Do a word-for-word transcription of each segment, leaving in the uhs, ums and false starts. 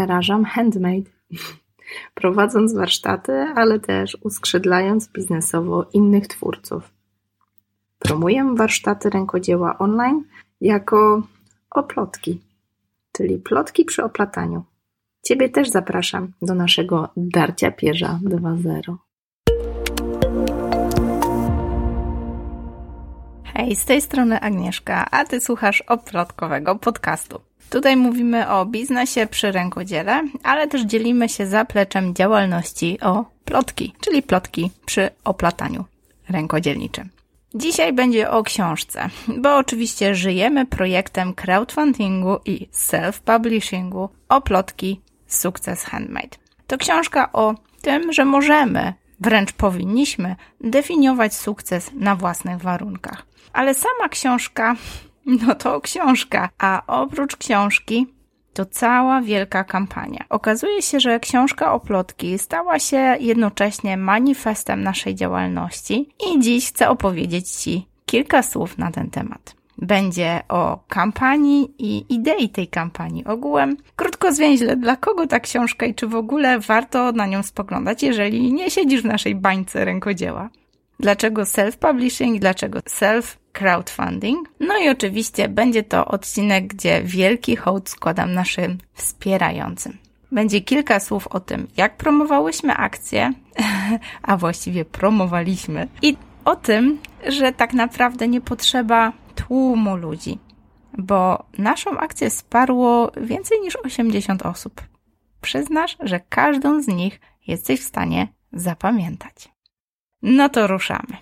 przerażam handmade, prowadząc warsztaty, ale też uskrzydlając biznesowo innych twórców. Promuję warsztaty rękodzieła online jako oplotki, czyli plotki przy oplataniu. Ciebie też zapraszam do naszego Darcia Pierza dwa zero. Hej, z tej strony Agnieszka, a Ty słuchasz oplotkowego podcastu. Tutaj mówimy o biznesie przy rękodziele, ale też dzielimy się zapleczem działalności o plotki, czyli plotki przy oplataniu rękodzielniczym. Dzisiaj będzie o książce, bo oczywiście żyjemy projektem crowdfundingu i self-publishingu Oplotki Sukces Handmade. To książka o tym, że możemy, wręcz powinniśmy definiować sukces na własnych warunkach. Ale sama książka, no to książka, a oprócz książki to cała wielka kampania. Okazuje się, że książka Oplotki stała się jednocześnie manifestem naszej działalności i dziś chcę opowiedzieć Ci kilka słów na ten temat. Będzie o kampanii i idei tej kampanii ogółem. Krótko zwięźle, dla kogo ta książka i czy w ogóle warto na nią spoglądać, jeżeli nie siedzisz w naszej bańce rękodzieła. Dlaczego self-publishing, dlaczego self-crowdfunding? No i oczywiście będzie to odcinek, gdzie wielki hołd składam naszym wspierającym. Będzie kilka słów o tym, jak promowałyśmy akcję, a właściwie promowaliśmy, i o tym, że tak naprawdę nie potrzeba tłumu ludzi, bo naszą akcję wsparło więcej niż osiemdziesiąt osób. Przyznasz, że każdą z nich jesteś w stanie zapamiętać. No to ruszamy.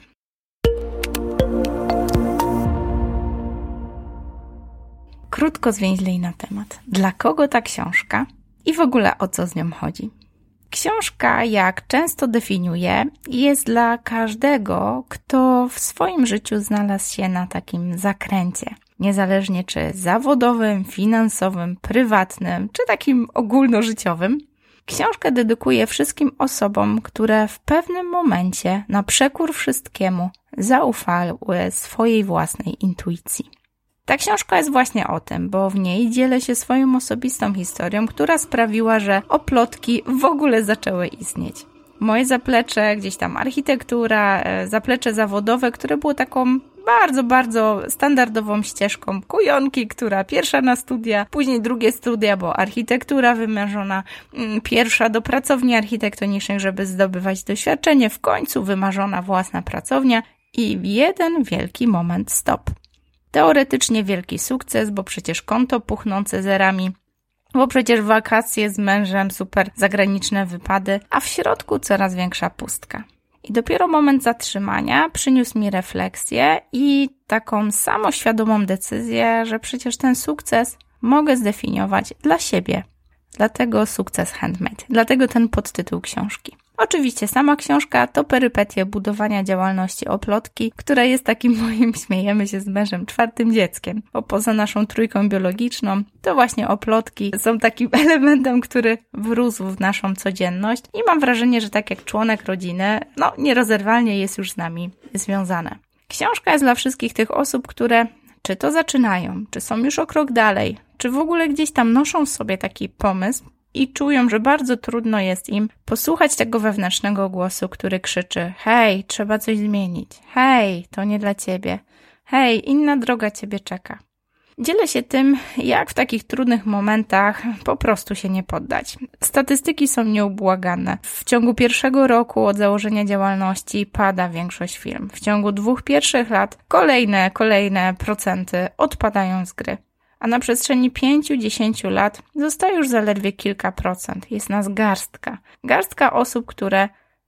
Krótko zwięźlej na temat. Dla kogo ta książka i w ogóle o co z nią chodzi? Książka, jak często definiuję, jest dla każdego, kto w swoim życiu znalazł się na takim zakręcie. Niezależnie czy zawodowym, finansowym, prywatnym, czy takim ogólnożyciowym. Książkę dedykuję wszystkim osobom, które w pewnym momencie, na przekór wszystkiemu, zaufały swojej własnej intuicji. Ta książka jest właśnie o tym, bo w niej dzielę się swoją osobistą historią, która sprawiła, że oplotki w ogóle zaczęły istnieć. Moje zaplecze, gdzieś tam architektura, zaplecze zawodowe, które było taką bardzo, bardzo standardową ścieżką kujonki, która pierwsza na studia, później drugie studia, bo architektura wymarzona, pierwsza do pracowni architektonicznych, żeby zdobywać doświadczenie, w końcu wymarzona własna pracownia i jeden wielki moment stop. Teoretycznie wielki sukces, bo przecież konto puchnące zerami, bo przecież wakacje z mężem, super zagraniczne wypady, a w środku coraz większa pustka. I dopiero moment zatrzymania przyniósł mi refleksję i taką samoświadomą decyzję, że przecież ten sukces mogę zdefiniować dla siebie. Dlatego Sukces Handmade, dlatego ten podtytuł książki. Oczywiście sama książka to perypetie budowania działalności Oplotki, która jest takim moim, śmiejemy się z mężem, czwartym dzieckiem. Bo poza naszą trójką biologiczną, to właśnie Oplotki są takim elementem, który wrósł w naszą codzienność i mam wrażenie, że tak jak członek rodziny, no nierozerwalnie jest już z nami związane. Książka jest dla wszystkich tych osób, które czy to zaczynają, czy są już o krok dalej, czy w ogóle gdzieś tam noszą w sobie taki pomysł, i czują, że bardzo trudno jest im posłuchać tego wewnętrznego głosu, który krzyczy: hej, trzeba coś zmienić, hej, to nie dla ciebie, hej, inna droga ciebie czeka. Dzielę się tym, jak w takich trudnych momentach po prostu się nie poddać. Statystyki są nieubłagane. W ciągu pierwszego roku od założenia działalności pada większość firm. W ciągu dwóch pierwszych lat kolejne, kolejne procenty odpadają z gry. A na przestrzeni pięciu do dziesięciu lat zostaje już zaledwie kilka procent. Jest nas garstka. Garstka osób, które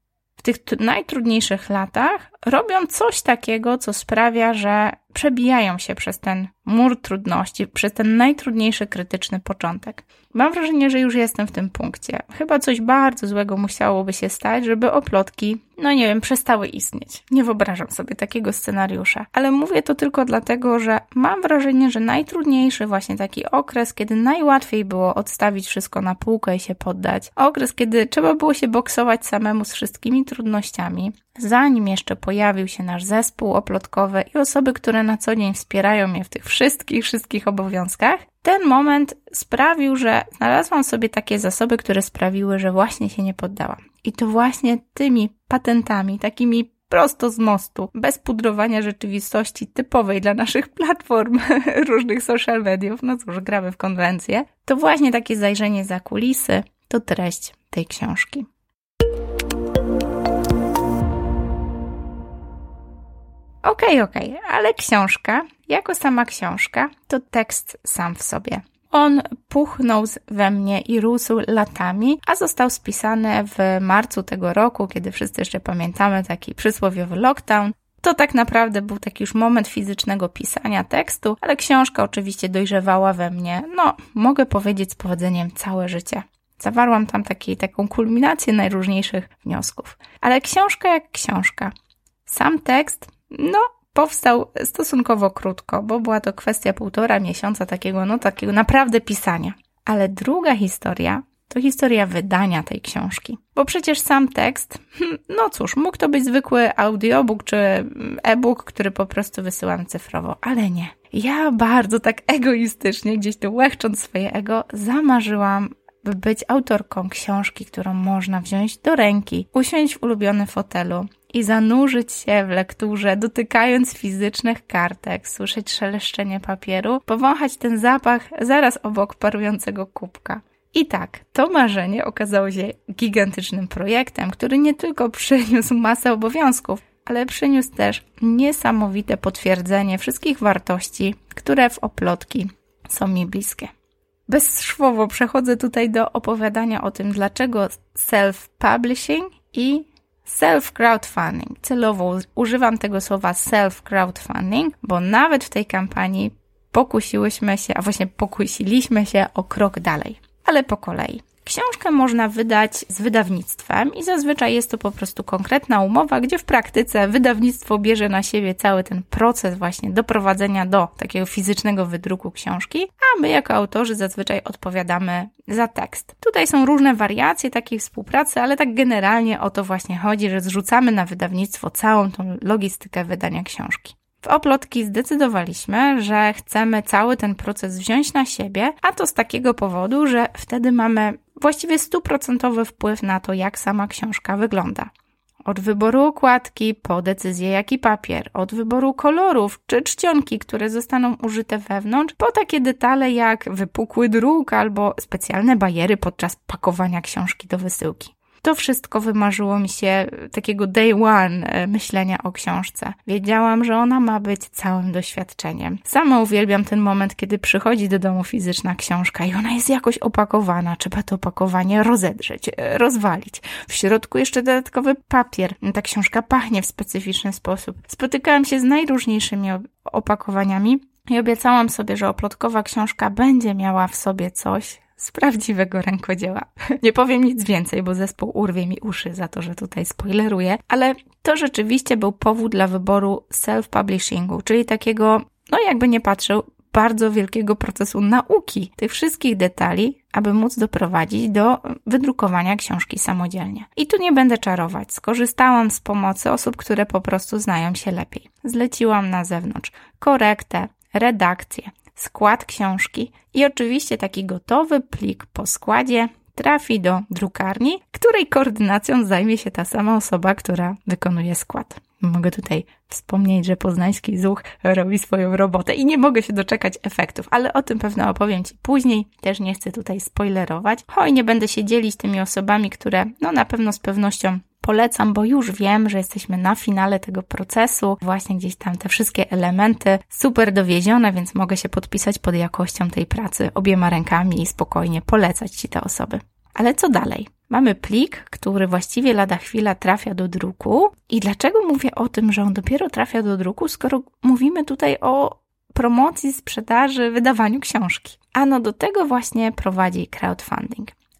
w tych najtrudniejszych latach robią coś takiego, co sprawia, że przebijają się przez ten mur trudności, przez ten najtrudniejszy, krytyczny początek. Mam wrażenie, że już jestem w tym punkcie. Chyba coś bardzo złego musiałoby się stać, żeby oplotki, no nie wiem, przestały istnieć. Nie wyobrażam sobie takiego scenariusza. Ale mówię to tylko dlatego, że mam wrażenie, że najtrudniejszy właśnie taki okres, kiedy najłatwiej było odstawić wszystko na półkę i się poddać. Okres, kiedy trzeba było się boksować samemu z wszystkimi trudnościami. zanim jeszcze pojawił się nasz zespół oplotkowy i osoby, które na co dzień wspierają mnie w tych wszystkich, wszystkich obowiązkach, ten moment sprawił, że znalazłam sobie takie zasoby, które sprawiły, że właśnie się nie poddałam. I to właśnie tymi patentami, takimi prosto z mostu, bez pudrowania rzeczywistości typowej dla naszych platform różnych social mediów, no cóż, gramy w konwencję, to właśnie takie zajrzenie za kulisy to treść tej książki. Okej, okay, okej, okay, ale książka, jako sama książka, to tekst sam w sobie. On puchnął we mnie i rósł latami, a został spisany w marcu tego roku, kiedy wszyscy jeszcze pamiętamy taki przysłowiowy lockdown. To tak naprawdę był taki już moment fizycznego pisania tekstu, ale książka oczywiście dojrzewała we mnie, no mogę powiedzieć z powodzeniem całe życie. Zawarłam tam taki, taką kulminację najróżniejszych wniosków. Ale książka jak książka. Sam tekst, no powstał stosunkowo krótko, bo była to kwestia półtora miesiąca takiego, no takiego naprawdę pisania. Ale druga historia to historia wydania tej książki. Bo przecież sam tekst, no cóż, mógł to być zwykły audiobook czy e-book, który po prostu wysyłam cyfrowo, ale nie. Ja bardzo tak egoistycznie, gdzieś tu łechcząc swoje ego, zamarzyłam, by być autorką książki, którą można wziąć do ręki, usiąść w ulubionym fotelu i zanurzyć się w lekturze, dotykając fizycznych kartek, słyszeć szeleszczenie papieru, powąchać ten zapach zaraz obok parującego kubka. I tak, to marzenie okazało się gigantycznym projektem, który nie tylko przyniósł masę obowiązków, ale przyniósł też niesamowite potwierdzenie wszystkich wartości, które w Oplotki są mi bliskie. Bezszwowo przechodzę tutaj do opowiadania o tym, dlaczego self-publishing i self-crowdfunding. Celowo używam tego słowa self-crowdfunding, bo nawet w tej kampanii pokusiłyśmy się, a właśnie pokusiliśmy się o krok dalej. Ale po kolei. Książkę można wydać z wydawnictwem i zazwyczaj jest to po prostu konkretna umowa, gdzie w praktyce wydawnictwo bierze na siebie cały ten proces właśnie doprowadzenia do takiego fizycznego wydruku książki, a my jako autorzy zazwyczaj odpowiadamy za tekst. Tutaj są różne wariacje takiej współpracy, ale tak generalnie o to właśnie chodzi, że zrzucamy na wydawnictwo całą tą logistykę wydania książki. W Oplotki zdecydowaliśmy, że chcemy cały ten proces wziąć na siebie, a to z takiego powodu, że wtedy mamy właściwie stuprocentowy wpływ na to, jak sama książka wygląda. Od wyboru okładki, po decyzję jaki papier, od wyboru kolorów czy czcionki, które zostaną użyte wewnątrz, po takie detale jak wypukły druk albo specjalne bariery podczas pakowania książki do wysyłki. To wszystko wymarzyło mi się takiego day one myślenia o książce. Wiedziałam, że ona ma być całym doświadczeniem. Sama uwielbiam ten moment, kiedy przychodzi do domu fizyczna książka i ona jest jakoś opakowana. Trzeba to opakowanie rozedrzeć, rozwalić. W środku jeszcze dodatkowy papier. Ta książka pachnie w specyficzny sposób. Spotykałam się z najróżniejszymi opakowaniami i obiecałam sobie, że oplotkowa książka będzie miała w sobie coś z prawdziwego rękodzieła. Nie powiem nic więcej, bo zespół urwie mi uszy za to, że tutaj spoileruję, ale to rzeczywiście był powód dla wyboru self-publishingu, czyli takiego, no jakby nie patrzył, bardzo wielkiego procesu nauki tych wszystkich detali, aby móc doprowadzić do wydrukowania książki samodzielnie. I tu nie będę czarować. Skorzystałam z pomocy osób, które po prostu znają się lepiej. Zleciłam na zewnątrz korektę, redakcję, skład książki i oczywiście taki gotowy plik po składzie trafi do drukarni, której koordynacją zajmie się ta sama osoba, która wykonuje skład. Mogę tutaj wspomnieć, że poznański zuch robi swoją robotę i nie mogę się doczekać efektów, ale o tym pewno opowiem Ci później. Też nie chcę tutaj spoilerować. Hoj, nie będę się dzielić tymi osobami, które no na pewno z pewnością polecam, bo już wiem, że jesteśmy na finale tego procesu. Właśnie gdzieś tam te wszystkie elementy super dowiezione, więc mogę się podpisać pod jakością tej pracy obiema rękami i spokojnie polecać Ci te osoby. Ale co dalej? Mamy plik, który właściwie lada chwila trafia do druku. I dlaczego mówię o tym, że on dopiero trafia do druku, skoro mówimy tutaj o promocji, sprzedaży, wydawaniu książki? Ano do tego właśnie prowadzi crowdfunding.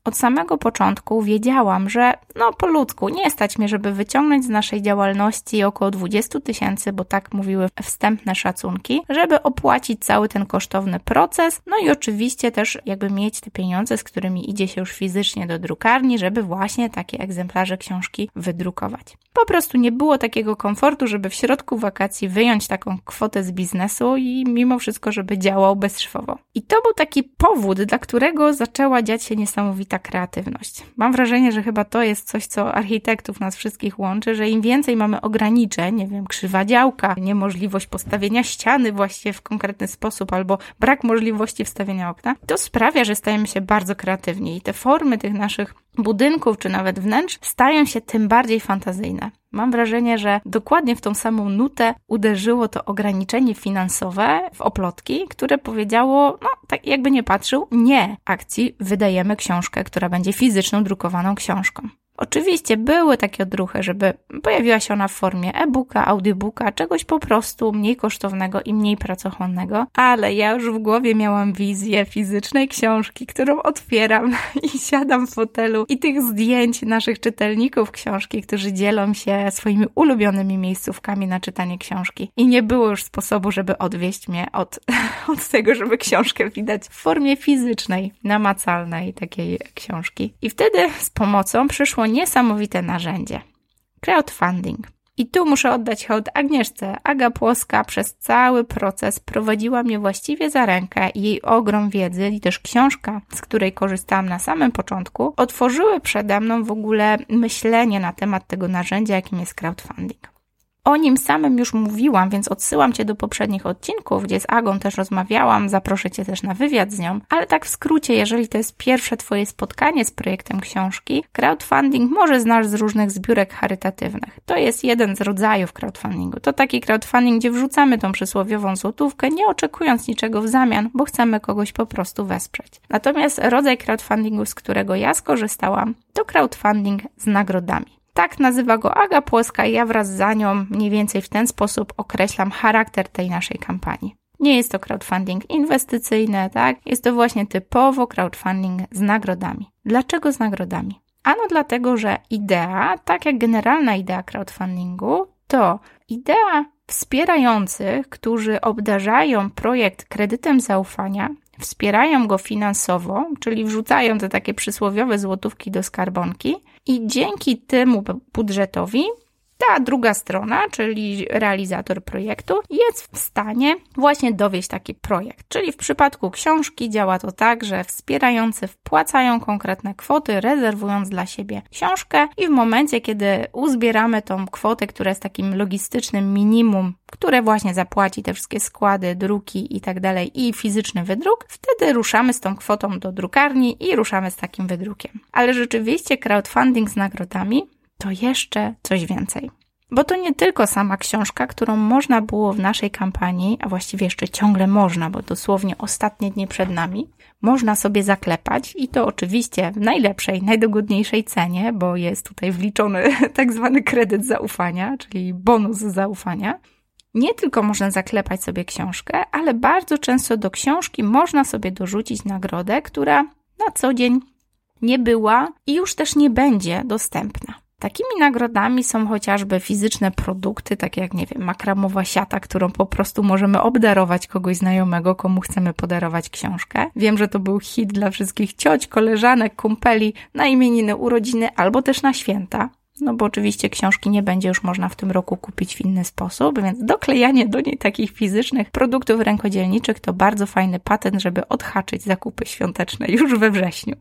Od samego początku wiedziałam, że no po ludzku nie stać mnie, żeby wyciągnąć z naszej działalności około dwadzieścia tysięcy, bo tak mówiły wstępne szacunki, żeby opłacić cały ten kosztowny proces, no i oczywiście też jakby mieć te pieniądze, z którymi idzie się już fizycznie do drukarni, żeby właśnie takie egzemplarze książki wydrukować. Po prostu nie było takiego komfortu, żeby w środku wakacji wyjąć taką kwotę z biznesu i mimo wszystko, żeby działał bezszwowo. I to był taki powód, dla którego zaczęła dziać się niesamowita kreatywność. Mam wrażenie, że chyba to jest coś, co architektów nas wszystkich łączy, że im więcej mamy ograniczeń, nie wiem, krzywa działka, niemożliwość postawienia ściany właściwie w konkretny sposób albo brak możliwości wstawienia okna, to sprawia, że stajemy się bardzo kreatywni i te formy tych naszych budynków czy nawet wnętrz stają się tym bardziej fantazyjne. Mam wrażenie, że dokładnie w tą samą nutę uderzyło to ograniczenie finansowe w oplotki, które powiedziało, no tak jakby nie patrzył, nie akcji wydajemy książkę, która będzie fizyczną, drukowaną książką. Oczywiście były takie odruchy, żeby pojawiła się ona w formie e-booka, audiobooka, czegoś po prostu mniej kosztownego i mniej pracochłonnego, ale ja już w głowie miałam wizję fizycznej książki, którą otwieram i siadam w fotelu i tych zdjęć naszych czytelników książki, którzy dzielą się swoimi ulubionymi miejscówkami na czytanie książki. I nie było już sposobu, żeby odwieść mnie od, od tego, żeby książkę widać w formie fizycznej, namacalnej takiej książki. I wtedy z pomocą przyszło niesamowite narzędzie. Crowdfunding. I tu muszę oddać hołd Agnieszce. Aga Płoska przez cały proces prowadziła mnie właściwie za rękę i jej ogrom wiedzy i też książka, z której korzystałam na samym początku, otworzyły przede mną w ogóle myślenie na temat tego narzędzia, jakim jest crowdfunding. O nim samym już mówiłam, więc odsyłam Cię do poprzednich odcinków, gdzie z Agą też rozmawiałam, zaproszę Cię też na wywiad z nią, ale tak w skrócie, jeżeli to jest pierwsze Twoje spotkanie z projektem książki, crowdfunding może znasz z różnych zbiórek charytatywnych. To jest jeden z rodzajów crowdfundingu. To taki crowdfunding, gdzie wrzucamy tą przysłowiową złotówkę, nie oczekując niczego w zamian, bo chcemy kogoś po prostu wesprzeć. Natomiast rodzaj crowdfundingu, z którego ja skorzystałam, to crowdfunding z nagrodami. Tak nazywa go Aga Płoska i ja wraz za nią mniej więcej w ten sposób określam charakter tej naszej kampanii. Nie jest to crowdfunding inwestycyjny, tak? Jest to właśnie typowo crowdfunding z nagrodami. Dlaczego z nagrodami? Ano dlatego, że idea, tak jak generalna idea crowdfundingu, to idea wspierających, którzy obdarzają projekt kredytem zaufania, wspierają go finansowo, czyli wrzucają te takie przysłowiowe złotówki do skarbonki i dzięki temu budżetowi ta druga strona, czyli realizator projektu, jest w stanie właśnie dowieść taki projekt. Czyli w przypadku książki działa to tak, że wspierający wpłacają konkretne kwoty, rezerwując dla siebie książkę i w momencie, kiedy uzbieramy tą kwotę, która jest takim logistycznym minimum, które właśnie zapłaci te wszystkie składy, druki i tak dalej i fizyczny wydruk, wtedy ruszamy z tą kwotą do drukarni i ruszamy z takim wydrukiem. Ale rzeczywiście crowdfunding z nagrodami to jeszcze coś więcej. Bo to nie tylko sama książka, którą można było w naszej kampanii, a właściwie jeszcze ciągle można, bo dosłownie ostatnie dni przed nami, można sobie zaklepać i to oczywiście w najlepszej, najdogodniejszej cenie, bo jest tutaj wliczony tak zwany kredyt zaufania, czyli bonus zaufania. Nie tylko można zaklepać sobie książkę, ale bardzo często do książki można sobie dorzucić nagrodę, która na co dzień nie była i już też nie będzie dostępna. Takimi nagrodami są chociażby fizyczne produkty, takie jak, nie wiem, makramowa siata, którą po prostu możemy obdarować kogoś znajomego, komu chcemy podarować książkę. Wiem, że to był hit dla wszystkich cioć, koleżanek, kumpeli na imieniny, urodziny albo też na święta. No bo oczywiście książki nie będzie już można w tym roku kupić w inny sposób, więc doklejanie do niej takich fizycznych produktów rękodzielniczych to bardzo fajny patent, żeby odhaczyć zakupy świąteczne już we wrześniu.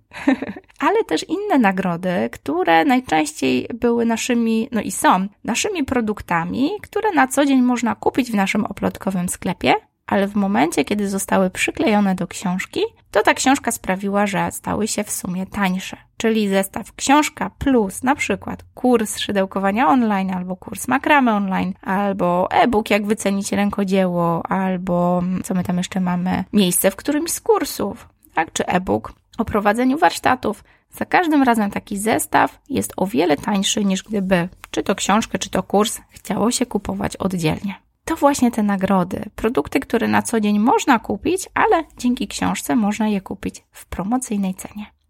Ale też inne nagrody, które najczęściej były naszymi, no i są, naszymi produktami, które na co dzień można kupić w naszym oplotkowym sklepie, ale w momencie, kiedy zostały przyklejone do książki, to ta książka sprawiła, że stały się w sumie tańsze. Czyli zestaw książka plus na przykład kurs szydełkowania online, albo kurs makramy online, albo e-book, jak wycenić rękodzieło, albo co my tam jeszcze mamy, miejsce w którymś z kursów, tak? Czy e-book o prowadzeniu warsztatów. Za każdym razem taki zestaw jest o wiele tańszy niż gdyby czy to książkę, czy to kurs chciało się kupować oddzielnie. To właśnie te nagrody, produkty, które na co dzień można kupić, ale dzięki książce można je kupić w promocyjnej cenie.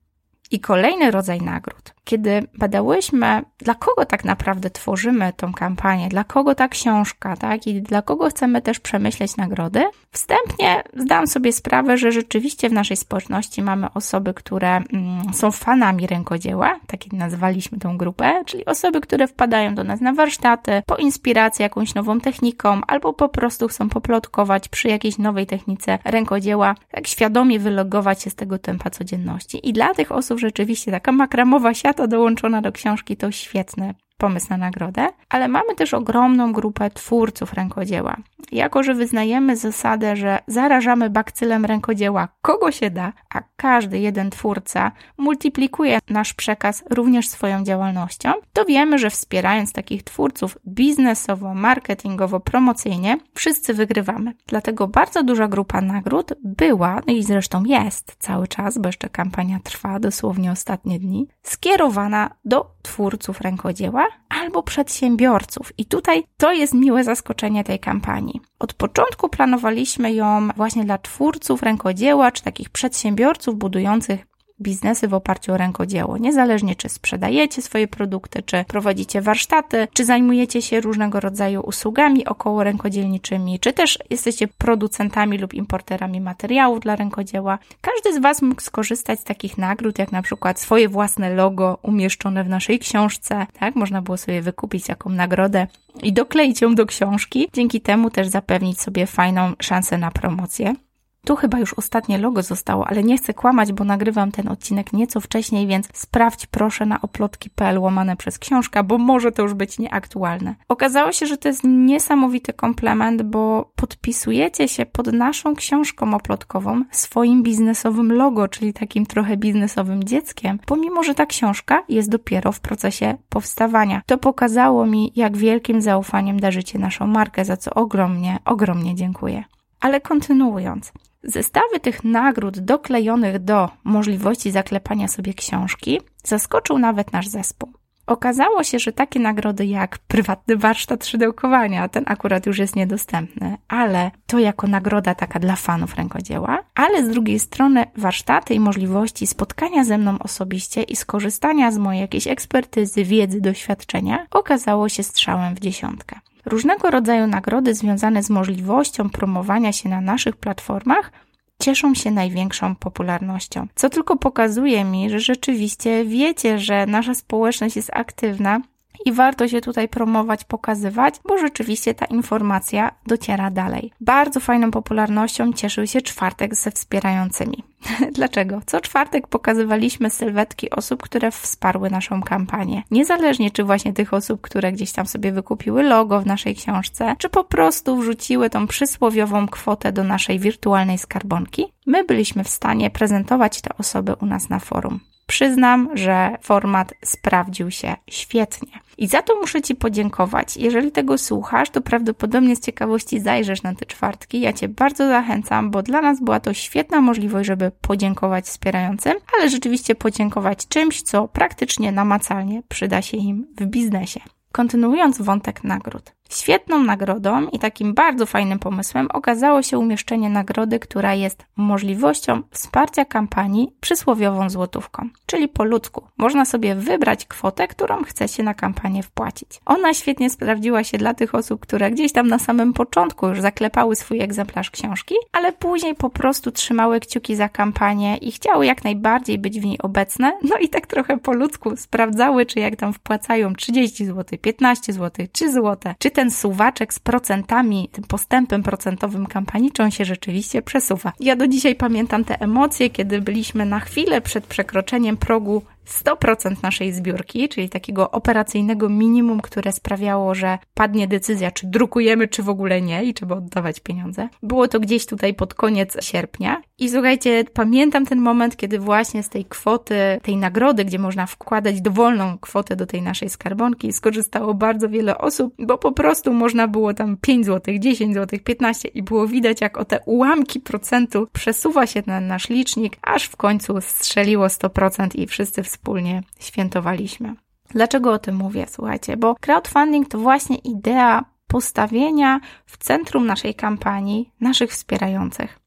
I kolejny rodzaj nagród. Kiedy badałyśmy, dla kogo tak naprawdę tworzymy tą kampanię, dla kogo ta książka, tak, i dla kogo chcemy też przemyśleć nagrody, wstępnie zdałam sobie sprawę, że rzeczywiście w naszej społeczności mamy osoby, które mm, są fanami rękodzieła, tak nazwaliśmy tą grupę, czyli osoby, które wpadają do nas na warsztaty, po inspirację jakąś nową techniką, albo po prostu chcą poplotkować przy jakiejś nowej technice rękodzieła, tak świadomie wylogować się z tego tempa codzienności. I dla tych osób rzeczywiście taka makramowa siata dołączona do książki to świetny pomysł na nagrodę, ale mamy też ogromną grupę twórców rękodzieła. Jako że wyznajemy zasadę, że zarażamy bakcylem rękodzieła kogo się da, a każdy jeden twórca multiplikuje nasz przekaz również swoją działalnością, to wiemy, że wspierając takich twórców biznesowo, marketingowo, promocyjnie, wszyscy wygrywamy. Dlatego bardzo duża grupa nagród była, no i zresztą jest cały czas, bo jeszcze kampania trwa dosłownie ostatnie dni, skierowana do twórców rękodzieła albo przedsiębiorców. I tutaj to jest miłe zaskoczenie tej kampanii. Od początku planowaliśmy ją właśnie dla twórców rękodzieła, czy takich przedsiębiorców budujących biznesy w oparciu o rękodzieło. Niezależnie czy sprzedajecie swoje produkty, czy prowadzicie warsztaty, czy zajmujecie się różnego rodzaju usługami około rękodzielniczymi, czy też jesteście producentami lub importerami materiałów dla rękodzieła. Każdy z Was mógł skorzystać z takich nagród, jak na przykład swoje własne logo umieszczone w naszej książce. Tak, można było sobie wykupić taką nagrodę i dokleić ją do książki. Dzięki temu też zapewnić sobie fajną szansę na promocję. Tu chyba już ostatnie logo zostało, ale nie chcę kłamać, bo nagrywam ten odcinek nieco wcześniej, więc sprawdź proszę na oplotki kropka p l łamane przez książka, bo może to już być nieaktualne. Okazało się, że to jest niesamowity komplement, bo podpisujecie się pod naszą książką oplotkową swoim biznesowym logo, czyli takim trochę biznesowym dzieckiem, pomimo że ta książka jest dopiero w procesie powstawania. To pokazało mi, jak wielkim zaufaniem darzycie naszą markę, za co ogromnie, ogromnie dziękuję. Ale kontynuując, zestawy tych nagród doklejonych do możliwości zaklepania sobie książki zaskoczył nawet nasz zespół. Okazało się, że takie nagrody jak prywatny warsztat szydełkowania, ten akurat już jest niedostępny, ale to jako nagroda taka dla fanów rękodzieła, ale z drugiej strony warsztaty i możliwości spotkania ze mną osobiście i skorzystania z mojej jakiejś ekspertyzy, wiedzy, doświadczenia okazało się strzałem w dziesiątkę. Różnego rodzaju nagrody związane z możliwością promowania się na naszych platformach cieszą się największą popularnością, co tylko pokazuje mi, że rzeczywiście wiecie, że nasza społeczność jest aktywna i warto się tutaj promować, pokazywać, bo rzeczywiście ta informacja dociera dalej. Bardzo fajną popularnością cieszył się czwartek ze wspierającymi. Dlaczego? Co czwartek pokazywaliśmy sylwetki osób, które wsparły naszą kampanię. Niezależnie czy właśnie tych osób, które gdzieś tam sobie wykupiły logo w naszej książce, czy po prostu wrzuciły tą przysłowiową kwotę do naszej wirtualnej skarbonki, my byliśmy w stanie prezentować te osoby u nas na forum. Przyznam, że format sprawdził się świetnie. I za to muszę Ci podziękować. Jeżeli tego słuchasz, to prawdopodobnie z ciekawości zajrzysz na te czwartki. Ja Cię bardzo zachęcam, bo dla nas była to świetna możliwość, żeby podziękować wspierającym, ale rzeczywiście podziękować czymś, co praktycznie namacalnie przyda się im w biznesie. Kontynuując wątek nagród. Świetną nagrodą i takim bardzo fajnym pomysłem okazało się umieszczenie nagrody, która jest możliwością wsparcia kampanii przysłowiową złotówką, czyli po ludzku. Można sobie wybrać kwotę, którą chcecie na kampanię wpłacić. Ona świetnie sprawdziła się dla tych osób, które gdzieś tam na samym początku już zaklepały swój egzemplarz książki, ale później po prostu trzymały kciuki za kampanię i chciały jak najbardziej być w niej obecne, no i tak trochę po ludzku sprawdzały, czy jak tam wpłacają trzydzieści złotych, piętnaście złotych, trzy złote, czy ten suwaczek z procentami, tym postępem procentowym kampanii, czy on się rzeczywiście przesuwa. Ja do dzisiaj pamiętam te emocje, kiedy byliśmy na chwilę przed przekroczeniem progu sto procent naszej zbiórki, czyli takiego operacyjnego minimum, które sprawiało, że padnie decyzja, czy drukujemy, czy w ogóle nie i trzeba oddawać pieniądze. Było to gdzieś tutaj pod koniec sierpnia i słuchajcie, pamiętam ten moment, kiedy właśnie z tej kwoty, tej nagrody, gdzie można wkładać dowolną kwotę do tej naszej skarbonki, skorzystało bardzo wiele osób, bo po prostu można było tam pięć złotych, dziesięć złotych, piętnaście i było widać, jak o te ułamki procentu przesuwa się ten nasz licznik, aż w końcu strzeliło sto procent i wszyscy wspólnie świętowaliśmy. Dlaczego o tym mówię? Słuchajcie, bo crowdfunding to właśnie idea postawienia w centrum naszej kampanii naszych wspierających.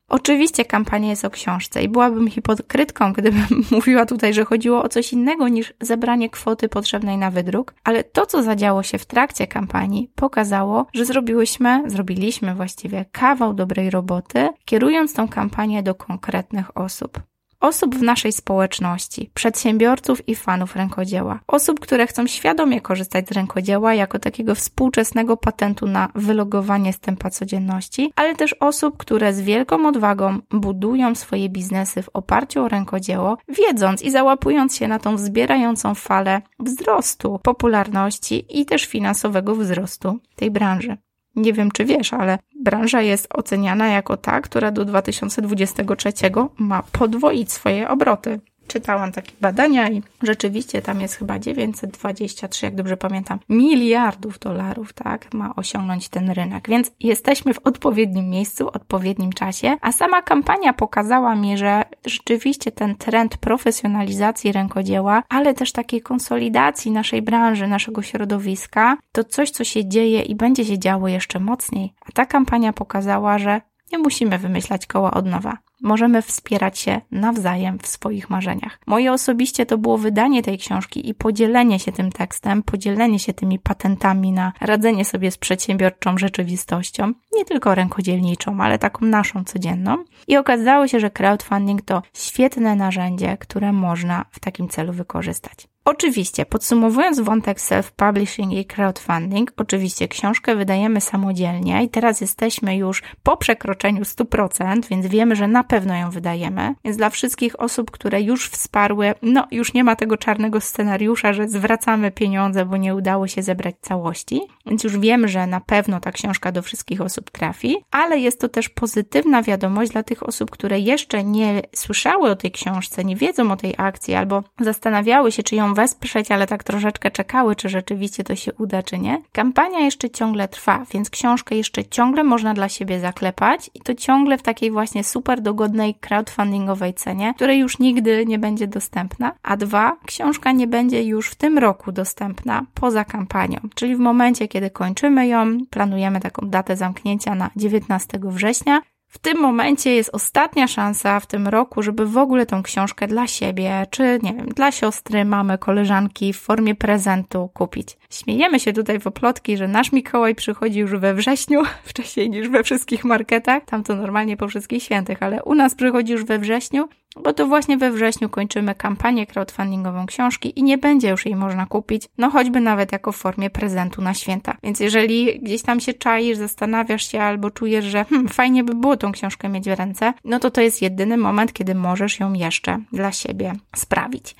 Oczywiście kampania jest o książce i byłabym hipokrytką, gdybym mówiła tutaj, że chodziło o coś innego niż zebranie kwoty potrzebnej na wydruk, ale to, co zadziało się w trakcie kampanii, pokazało, że zrobiłyśmy, zrobiliśmy właściwie kawał dobrej roboty, kierując tą kampanię do konkretnych osób. Osób w naszej społeczności, przedsiębiorców i fanów rękodzieła. Osób, które chcą świadomie korzystać z rękodzieła jako takiego współczesnego patentu na wylogowanie z tempa codzienności, ale też osób, które z wielką odwagą budują swoje biznesy w oparciu o rękodzieło, wiedząc i załapując się na tą wzbierającą falę wzrostu popularności i też finansowego wzrostu tej branży. Nie wiem, czy wiesz, ale branża jest oceniana jako ta, która do dwa tysiące dwudziestego trzeciego ma podwoić swoje obroty. Czytałam takie badania i rzeczywiście tam jest chyba dziewięćset dwadzieścia trzy, jak dobrze pamiętam, miliardów dolarów, tak, ma osiągnąć ten rynek. Więc jesteśmy w odpowiednim miejscu, w odpowiednim czasie, a sama kampania pokazała mi, że rzeczywiście ten trend profesjonalizacji rękodzieła, ale też takiej konsolidacji naszej branży, naszego środowiska, to coś, co się dzieje i będzie się działo jeszcze mocniej. A ta kampania pokazała, że nie musimy wymyślać koła od nowa. Możemy wspierać się nawzajem w swoich marzeniach. Moje osobiście to było wydanie tej książki i podzielenie się tym tekstem, podzielenie się tymi patentami na radzenie sobie z przedsiębiorczą rzeczywistością, nie tylko rękodzielniczą, ale taką naszą codzienną. I okazało się, że crowdfunding to świetne narzędzie, które można w takim celu wykorzystać. Oczywiście, podsumowując wątek self-publishing i crowdfunding, oczywiście książkę wydajemy samodzielnie i teraz jesteśmy już po przekroczeniu stu procent, więc wiemy, że na pewno ją wydajemy. Więc dla wszystkich osób, które już wsparły, no już nie ma tego czarnego scenariusza, że zwracamy pieniądze, bo nie udało się zebrać całości. Więc już wiemy, że na pewno ta książka do wszystkich osób trafi, ale jest to też pozytywna wiadomość dla tych osób, które jeszcze nie słyszały o tej książce, nie wiedzą o tej akcji albo zastanawiały się, czy ją wesprzeć, ale tak troszeczkę czekały, czy rzeczywiście to się uda, czy nie. Kampania jeszcze ciągle trwa, więc książkę jeszcze ciągle można dla siebie zaklepać i to ciągle w takiej właśnie super dogodnej crowdfundingowej cenie, której już nigdy nie będzie dostępna. A dwa, książka nie będzie już w tym roku dostępna poza kampanią, czyli w momencie, kiedy kończymy ją, planujemy taką datę zamknięcia na dziewiętnastego września. W tym momencie jest ostatnia szansa w tym roku, żeby w ogóle tą książkę dla siebie, czy nie wiem, dla siostry, mamy, koleżanki w formie prezentu kupić. Śmiejemy się tutaj w oplotki, że nasz Mikołaj przychodzi już we wrześniu, wcześniej niż we wszystkich marketach, tam to normalnie po wszystkich świętych, ale u nas przychodzi już we wrześniu, bo to właśnie we wrześniu kończymy kampanię crowdfundingową książki i nie będzie już jej można kupić, no choćby nawet jako w formie prezentu na święta. Więc jeżeli gdzieś tam się czaisz, zastanawiasz się albo czujesz, że hmm, fajnie by było tą książkę mieć w ręce, no to to jest jedyny moment, kiedy możesz ją jeszcze dla siebie sprawić.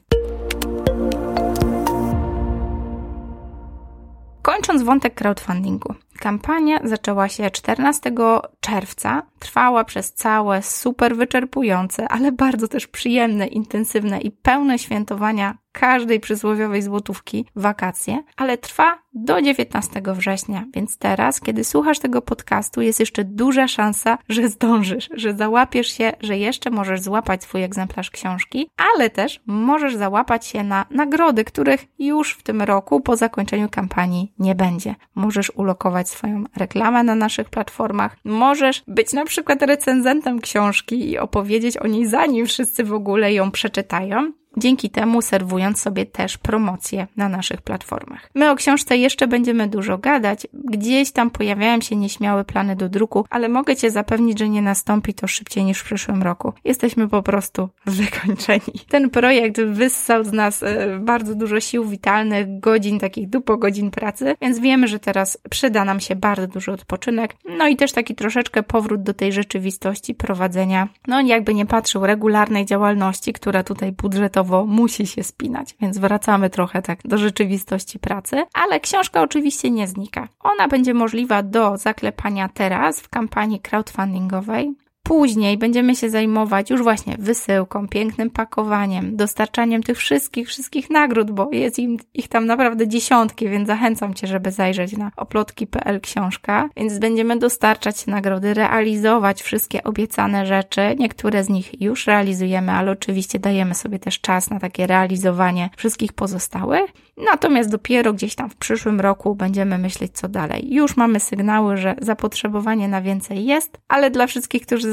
Kończąc wątek crowdfundingu. Kampania zaczęła się czternastego czerwca, trwała przez całe super wyczerpujące, ale bardzo też przyjemne, intensywne i pełne świętowania każdej przysłowiowej złotówki wakacje, ale trwa do dziewiętnastego września, więc teraz, kiedy słuchasz tego podcastu, jest jeszcze duża szansa, że zdążysz, że załapiesz się, że jeszcze możesz złapać swój egzemplarz książki, ale też możesz załapać się na nagrody, których już w tym roku po zakończeniu kampanii nie będzie. Możesz ulokować swoją reklamę na naszych platformach, możesz być na przykład recenzentem książki i opowiedzieć o niej, zanim wszyscy w ogóle ją przeczytają. Dzięki temu serwując sobie też promocje na naszych platformach. My o książce jeszcze będziemy dużo gadać. Gdzieś tam pojawiają się nieśmiałe plany do druku, ale mogę Cię zapewnić, że nie nastąpi to szybciej niż w przyszłym roku. Jesteśmy po prostu wykończeni. Ten projekt wyssał z nas bardzo dużo sił witalnych, godzin, takich dupo godzin pracy, więc wiemy, że teraz przyda nam się bardzo duży odpoczynek. No i też taki troszeczkę powrót do tej rzeczywistości prowadzenia, no jakby nie patrzył, regularnej działalności, która tutaj budżetowo musi się spinać, więc wracamy trochę tak do rzeczywistości pracy, ale książka oczywiście nie znika. Ona będzie możliwa do zaklepania teraz w kampanii crowdfundingowej. Później będziemy się zajmować już właśnie wysyłką, pięknym pakowaniem, dostarczaniem tych wszystkich, wszystkich nagród, bo jest im, ich tam naprawdę dziesiątki, więc zachęcam Cię, żeby zajrzeć na oplotki kropka p l książka. Więc będziemy dostarczać nagrody, realizować wszystkie obiecane rzeczy. Niektóre z nich już realizujemy, ale oczywiście dajemy sobie też czas na takie realizowanie wszystkich pozostałych. Natomiast dopiero gdzieś tam w przyszłym roku będziemy myśleć, co dalej. Już mamy sygnały, że zapotrzebowanie na więcej jest, ale dla wszystkich, którzy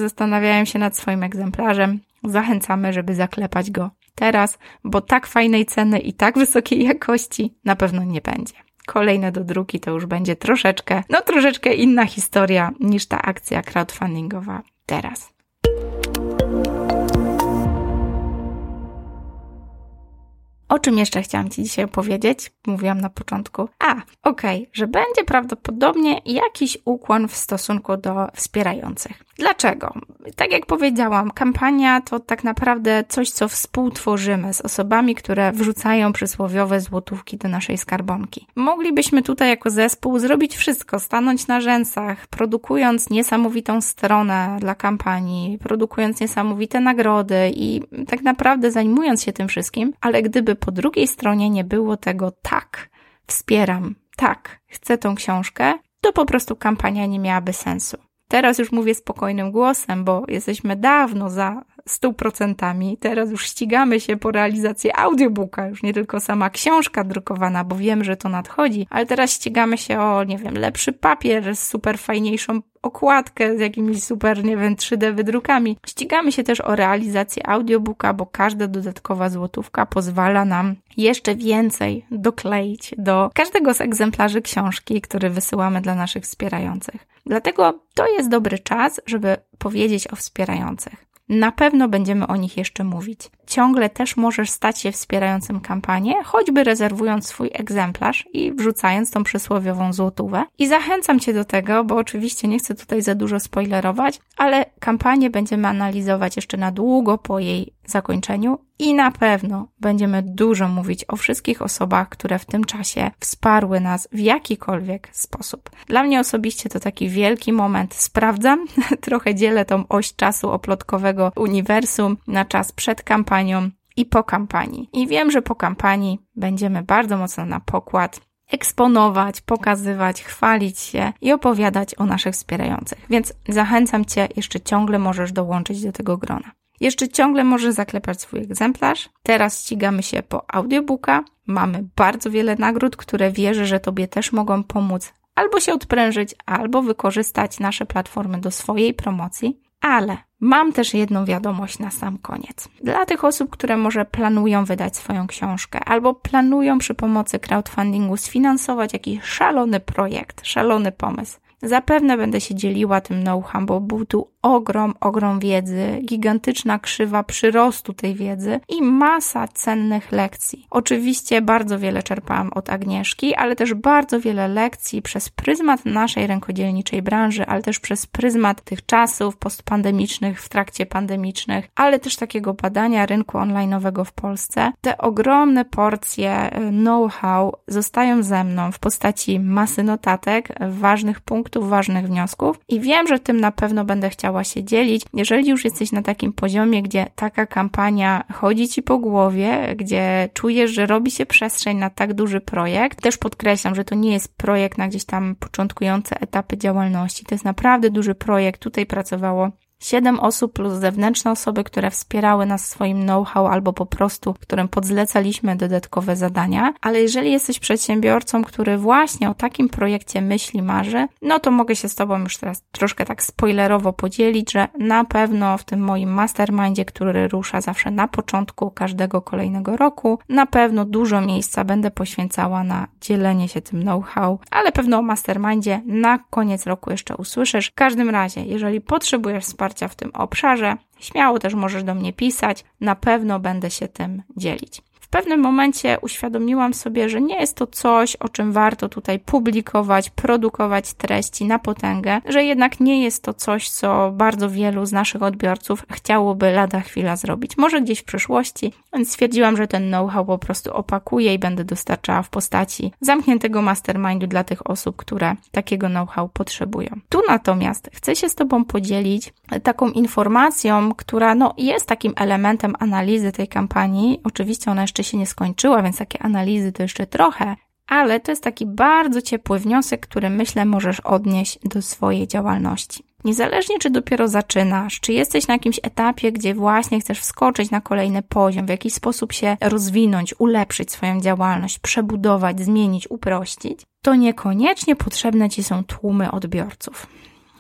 zastanawiają się nad swoim egzemplarzem, zachęcamy, żeby zaklepać go teraz, bo tak fajnej ceny i tak wysokiej jakości na pewno nie będzie. Kolejne do druki to już będzie troszeczkę, no troszeczkę inna historia niż ta akcja crowdfundingowa teraz. O czym jeszcze chciałam Ci dzisiaj opowiedzieć? Mówiłam na początku. A, okej, okay, że będzie prawdopodobnie jakiś ukłon w stosunku do wspierających. Dlaczego? Tak jak powiedziałam, kampania to tak naprawdę coś, co współtworzymy z osobami, które wrzucają przysłowiowe złotówki do naszej skarbonki. Moglibyśmy tutaj jako zespół zrobić wszystko, stanąć na rzęsach, produkując niesamowitą stronę dla kampanii, produkując niesamowite nagrody i tak naprawdę zajmując się tym wszystkim, ale gdyby po drugiej stronie nie było tego tak, wspieram, tak, chcę tą książkę, to po prostu kampania nie miałaby sensu. Teraz już mówię spokojnym głosem, bo jesteśmy dawno za stu procentami. Teraz już ścigamy się po realizację audiobooka, już nie tylko sama książka drukowana, bo wiem, że to nadchodzi, ale teraz ścigamy się o, nie wiem, lepszy papier z super fajniejszą okładkę, z jakimiś super, nie wiem, trzy D wydrukami. Ścigamy się też o realizację audiobooka, bo każda dodatkowa złotówka pozwala nam jeszcze więcej dokleić do każdego z egzemplarzy książki, który wysyłamy dla naszych wspierających. Dlatego to jest dobry czas, żeby powiedzieć o wspierających. Na pewno będziemy o nich jeszcze mówić. Ciągle też możesz stać się wspierającym kampanię, choćby rezerwując swój egzemplarz i wrzucając tą przysłowiową złotówę. I zachęcam Cię do tego, bo oczywiście nie chcę tutaj za dużo spoilerować, ale kampanię będziemy analizować jeszcze na długo po jej zakończeniu i na pewno będziemy dużo mówić o wszystkich osobach, które w tym czasie wsparły nas w jakikolwiek sposób. Dla mnie osobiście to taki wielki moment. Sprawdzam, trochę dzielę tą oś czasu oplotkowego uniwersum na czas przed kampanią i po kampanii. I wiem, że po kampanii będziemy bardzo mocno na pokład eksponować, pokazywać, chwalić się i opowiadać o naszych wspierających. Więc zachęcam Cię, jeszcze ciągle możesz dołączyć do tego grona. Jeszcze ciągle możesz zaklepać swój egzemplarz. Teraz ścigamy się po audiobooka. Mamy bardzo wiele nagród, które wierzę, że Tobie też mogą pomóc albo się odprężyć, albo wykorzystać nasze platformy do swojej promocji. Ale mam też jedną wiadomość na sam koniec. Dla tych osób, które może planują wydać swoją książkę albo planują przy pomocy crowdfundingu sfinansować jakiś szalony projekt, szalony pomysł. Zapewne będę się dzieliła tym know-how, bo był tu ogrom, ogrom wiedzy, gigantyczna krzywa przyrostu tej wiedzy i masa cennych lekcji. Oczywiście bardzo wiele czerpałam od Agnieszki, ale też bardzo wiele lekcji przez pryzmat naszej rękodzielniczej branży, ale też przez pryzmat tych czasów postpandemicznych, w trakcie pandemicznych, ale też takiego badania rynku online'owego w Polsce. Te ogromne porcje know-how zostają ze mną w postaci masy notatek, ważnych punktów, ważnych wniosków i wiem, że tym na pewno będę chciała się dzielić. Jeżeli już jesteś na takim poziomie, gdzie taka kampania chodzi Ci po głowie, gdzie czujesz, że robi się przestrzeń na tak duży projekt, też podkreślam, że to nie jest projekt na gdzieś tam początkujące etapy działalności. To jest naprawdę duży projekt. Tutaj pracowało Siedem osób plus zewnętrzne osoby, które wspierały nas swoim know-how albo po prostu, którym podzlecaliśmy dodatkowe zadania. Ale jeżeli jesteś przedsiębiorcą, który właśnie o takim projekcie myśli, marzy, no to mogę się z Tobą już teraz troszkę tak spoilerowo podzielić, że na pewno w tym moim mastermindzie, który rusza zawsze na początku każdego kolejnego roku, na pewno dużo miejsca będę poświęcała na dzielenie się tym know-how, ale pewno o mastermindzie na koniec roku jeszcze usłyszysz. W każdym razie, jeżeli potrzebujesz wsparcia w tym obszarze, śmiało też możesz do mnie pisać, na pewno będę się tym dzielić. W pewnym momencie uświadomiłam sobie, że nie jest to coś, o czym warto tutaj publikować, produkować treści na potęgę, że jednak nie jest to coś, co bardzo wielu z naszych odbiorców chciałoby lada chwila zrobić. Może gdzieś w przyszłości, więc stwierdziłam, że ten know-how po prostu opakuję i będę dostarczała w postaci zamkniętego mastermindu dla tych osób, które takiego know-how potrzebują. Tu natomiast chcę się z Tobą podzielić taką informacją, która no, jest takim elementem analizy tej kampanii. Oczywiście ona jeszcze się nie skończyła, więc takie analizy to jeszcze trochę, ale to jest taki bardzo ciepły wniosek, który myślę możesz odnieść do swojej działalności. Niezależnie czy dopiero zaczynasz, czy jesteś na jakimś etapie, gdzie właśnie chcesz wskoczyć na kolejny poziom, w jakiś sposób się rozwinąć, ulepszyć swoją działalność, przebudować, zmienić, uprościć, to niekoniecznie potrzebne Ci są tłumy odbiorców.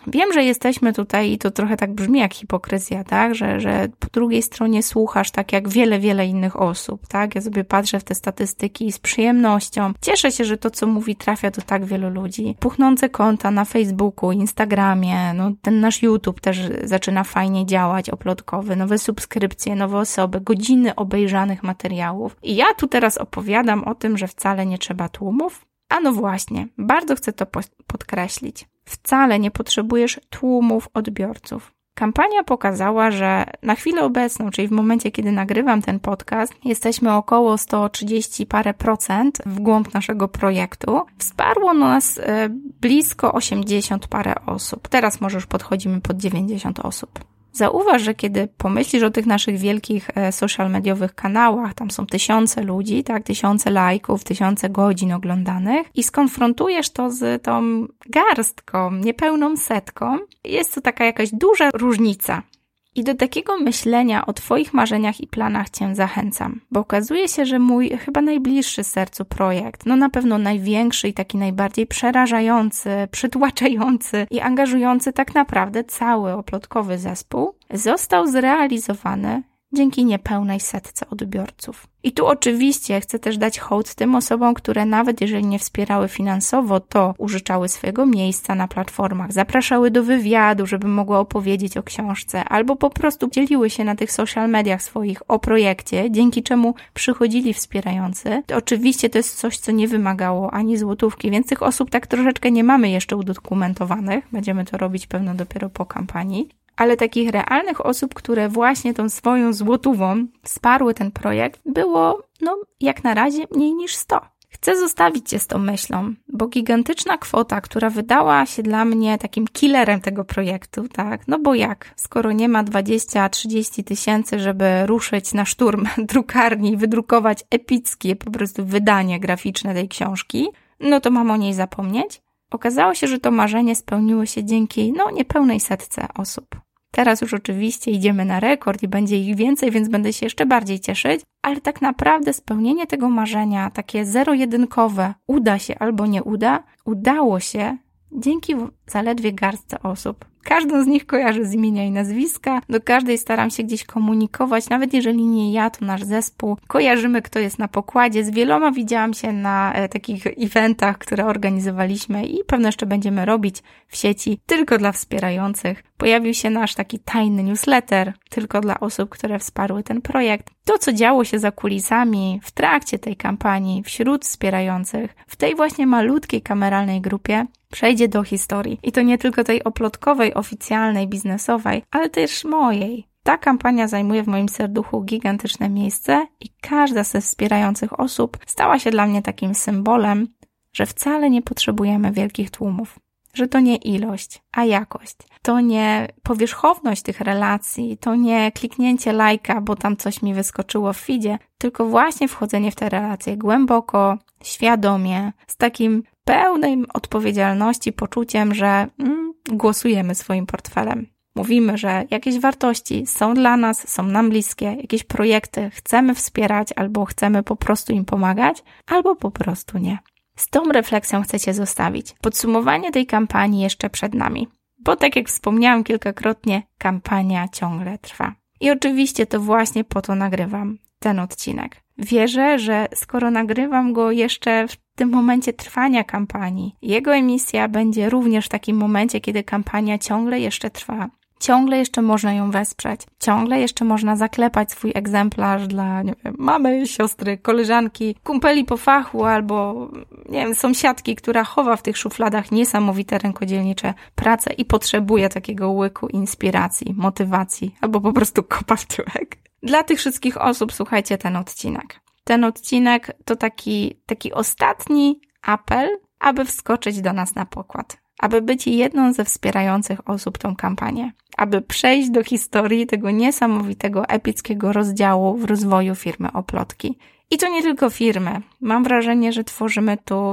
Wiem, że jesteśmy tutaj i to trochę tak brzmi jak hipokryzja, tak? Że, że po drugiej stronie słuchasz tak jak wiele, wiele innych osób, tak? Ja sobie patrzę w te statystyki z przyjemnością. Cieszę się, że to, co mówi, trafia do tak wielu ludzi. Puchnące konta na Facebooku, Instagramie, no ten nasz YouTube też zaczyna fajnie działać, oplotkowy, nowe subskrypcje, nowe osoby, godziny obejrzanych materiałów. I ja tu teraz opowiadam o tym, że wcale nie trzeba tłumów. A no właśnie, bardzo chcę to podkreślić. Wcale nie potrzebujesz tłumów odbiorców. Kampania pokazała, że na chwilę obecną, czyli w momencie, kiedy nagrywam ten podcast, jesteśmy około sto trzydzieści parę procent w głąb naszego projektu. Wsparło nas blisko osiemdziesiąt parę osób. Teraz może już podchodzimy pod dziewięćdziesiąt osób. Zauważ, że kiedy pomyślisz o tych naszych wielkich social mediowych kanałach, tam są tysiące ludzi, tak, tysiące lajków, tysiące godzin oglądanych i skonfrontujesz to z tą garstką, niepełną setką, jest to taka jakaś duża różnica. I do takiego myślenia o Twoich marzeniach i planach Cię zachęcam, bo okazuje się, że mój chyba najbliższy sercu projekt, no na pewno największy i taki najbardziej przerażający, przytłaczający i angażujący tak naprawdę cały oplotkowy zespół, został zrealizowany dzięki niepełnej setce odbiorców. I tu oczywiście chcę też dać hołd tym osobom, które nawet jeżeli nie wspierały finansowo, to użyczały swojego miejsca na platformach, zapraszały do wywiadu, żeby mogły opowiedzieć o książce, albo po prostu dzieliły się na tych social mediach swoich o projekcie, dzięki czemu przychodzili wspierający. To oczywiście to jest coś, co nie wymagało ani złotówki, więc tych osób tak troszeczkę nie mamy jeszcze udokumentowanych. Będziemy to robić pewno dopiero po kampanii. Ale takich realnych osób, które właśnie tą swoją złotówą wsparły ten projekt, było, no, jak na razie mniej niż sto. Chcę zostawić Cię z tą myślą, bo gigantyczna kwota, która wydała się dla mnie takim killerem tego projektu, tak, no bo jak, skoro nie ma dwadzieścia trzydzieści tysięcy, żeby ruszyć na szturm drukarni i wydrukować epickie po prostu wydanie graficzne tej książki, no to mam o niej zapomnieć. Okazało się, że to marzenie spełniło się dzięki, no, niepełnej setce osób. Teraz już oczywiście idziemy na rekord i będzie ich więcej, więc będę się jeszcze bardziej cieszyć, ale tak naprawdę spełnienie tego marzenia, takie zero-jedynkowe, uda się albo nie uda, udało się dzięki zaledwie garstce osób. Każdą z nich kojarzę z imienia i nazwiska, do każdej staram się gdzieś komunikować, nawet jeżeli nie ja, to nasz zespół. Kojarzymy, kto jest na pokładzie, z wieloma widziałam się na e, takich eventach, które organizowaliśmy i pewno jeszcze będziemy robić w sieci tylko dla wspierających. Pojawił się nasz taki tajny newsletter, tylko dla osób, które wsparły ten projekt. To, co działo się za kulisami, w trakcie tej kampanii, wśród wspierających, w tej właśnie malutkiej kameralnej grupie, przejdzie do historii. I to nie tylko tej oplotkowej, oficjalnej, biznesowej, ale też mojej. Ta kampania zajmuje w moim serduchu gigantyczne miejsce i każda ze wspierających osób stała się dla mnie takim symbolem, że wcale nie potrzebujemy wielkich tłumów. Że to nie ilość, a jakość. To nie powierzchowność tych relacji, to nie kliknięcie lajka, bo tam coś mi wyskoczyło w feedzie, tylko właśnie wchodzenie w te relacje głęboko, świadomie, z takim pełnej odpowiedzialności, poczuciem, że mm, głosujemy swoim portfelem. Mówimy, że jakieś wartości są dla nas, są nam bliskie, jakieś projekty chcemy wspierać albo chcemy po prostu im pomagać, albo po prostu nie. Z tą refleksją chcę Cię zostawić. Podsumowanie tej kampanii jeszcze przed nami, bo tak jak wspomniałam kilkakrotnie, kampania ciągle trwa. I oczywiście to właśnie po to nagrywam ten odcinek. Wierzę, że skoro nagrywam go jeszcze w tym momencie trwania kampanii, jego emisja będzie również w takim momencie, kiedy kampania ciągle jeszcze trwa. Ciągle jeszcze można ją wesprzeć. Ciągle jeszcze można zaklepać swój egzemplarz dla, nie wiem, mamy, siostry, koleżanki, kumpeli po fachu albo, nie wiem, sąsiadki, która chowa w tych szufladach niesamowite rękodzielnicze prace i potrzebuje takiego łyku inspiracji, motywacji albo po prostu kopa w tyłek. Dla tych wszystkich osób słuchajcie ten odcinek. Ten odcinek to taki, taki ostatni apel, aby wskoczyć do nas na pokład. Aby być jedną ze wspierających osób tą kampanię. Aby przejść do historii tego niesamowitego, epickiego rozdziału w rozwoju firmy Oplotki. I to nie tylko firmy. Mam wrażenie, że tworzymy tu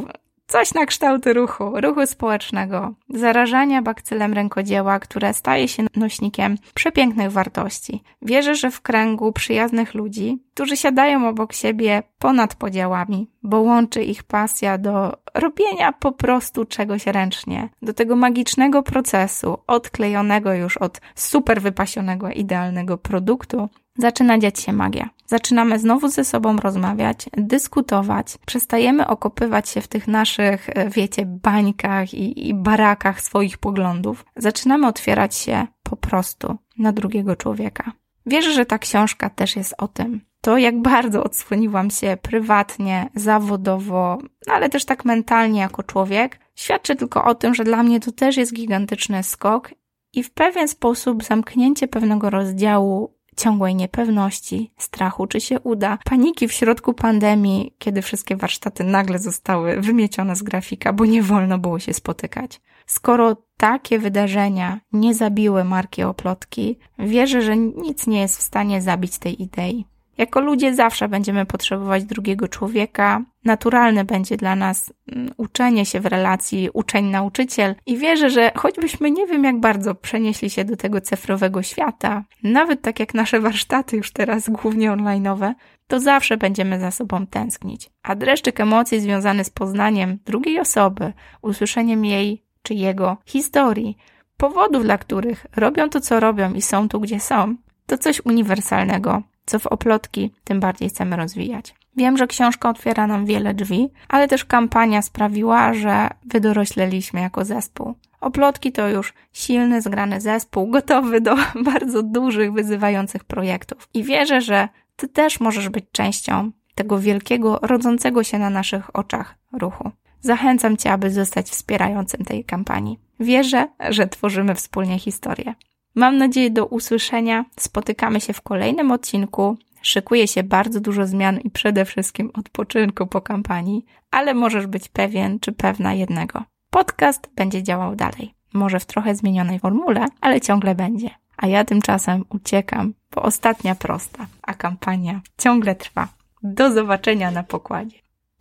Coś na kształt ruchu, ruchu społecznego, zarażania bakcylem rękodzieła, które staje się nośnikiem przepięknych wartości. Wierzę, że w kręgu przyjaznych ludzi, którzy siadają obok siebie ponad podziałami, bo łączy ich pasja do robienia po prostu czegoś ręcznie, do tego magicznego procesu, odklejonego już od super wypasionego, idealnego produktu, zaczyna dziać się magia. Zaczynamy znowu ze sobą rozmawiać, dyskutować, przestajemy okopywać się w tych naszych, wiecie, bańkach i, i barakach swoich poglądów. Zaczynamy otwierać się po prostu na drugiego człowieka. Wierzę, że ta książka też jest o tym. To, jak bardzo odsłoniłam się prywatnie, zawodowo, ale też tak mentalnie jako człowiek, świadczy tylko o tym, że dla mnie to też jest gigantyczny skok i w pewien sposób zamknięcie pewnego rozdziału ciągłej niepewności, strachu, czy się uda, paniki w środku pandemii, kiedy wszystkie warsztaty nagle zostały wymiecione z grafika, bo nie wolno było się spotykać. Skoro takie wydarzenia nie zabiły marki Oplotki, wierzę, że nic nie jest w stanie zabić tej idei. Jako ludzie zawsze będziemy potrzebować drugiego człowieka. Naturalne będzie dla nas uczenie się w relacji uczeń-nauczyciel i wierzę, że choćbyśmy nie wiem jak bardzo przenieśli się do tego cyfrowego świata, nawet tak jak nasze warsztaty już teraz głównie online'owe, to zawsze będziemy za sobą tęsknić. A dreszczyk emocji związany z poznaniem drugiej osoby, usłyszeniem jej czy jego historii, powodów, dla których robią to, co robią i są tu, gdzie są, to coś uniwersalnego, co w Oplotki tym bardziej chcemy rozwijać. Wiem, że książka otwiera nam wiele drzwi, ale też kampania sprawiła, że wydorośleliśmy jako zespół. Oplotki to już silny, zgrany zespół, gotowy do bardzo dużych, wyzywających projektów. I wierzę, że Ty też możesz być częścią tego wielkiego, rodzącego się na naszych oczach ruchu. Zachęcam Cię, aby zostać wspierającym tej kampanii. Wierzę, że tworzymy wspólnie historię. Mam nadzieję do usłyszenia. Spotykamy się w kolejnym odcinku. Szykuje się bardzo dużo zmian i przede wszystkim odpoczynku po kampanii, ale możesz być pewien czy pewna jednego. Podcast będzie działał dalej. Może w trochę zmienionej formule, ale ciągle będzie. A ja tymczasem uciekam, bo ostatnia prosta, a kampania ciągle trwa. Do zobaczenia na pokładzie.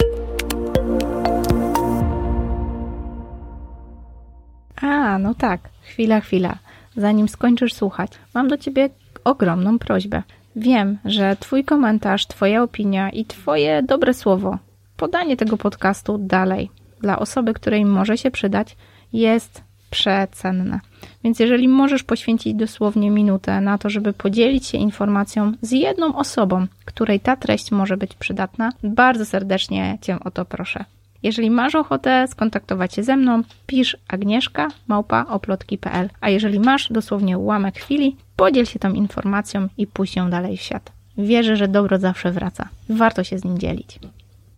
A, no tak. Chwila, chwila. Zanim skończysz słuchać, mam do Ciebie ogromną prośbę. Wiem, że Twój komentarz, Twoja opinia i Twoje dobre słowo, podanie tego podcastu dalej dla osoby, której może się przydać, jest przecenne. Więc jeżeli możesz poświęcić dosłownie minutę na to, żeby podzielić się informacją z jedną osobą, której ta treść może być przydatna, bardzo serdecznie Cię o to proszę. Jeżeli masz ochotę skontaktować się ze mną, pisz agnieszka małpa oplotki kropka p l. A jeżeli masz dosłownie ułamek chwili, podziel się tą informacją i puść ją dalej w świat. Wierzę, że dobro zawsze wraca. Warto się z nim dzielić.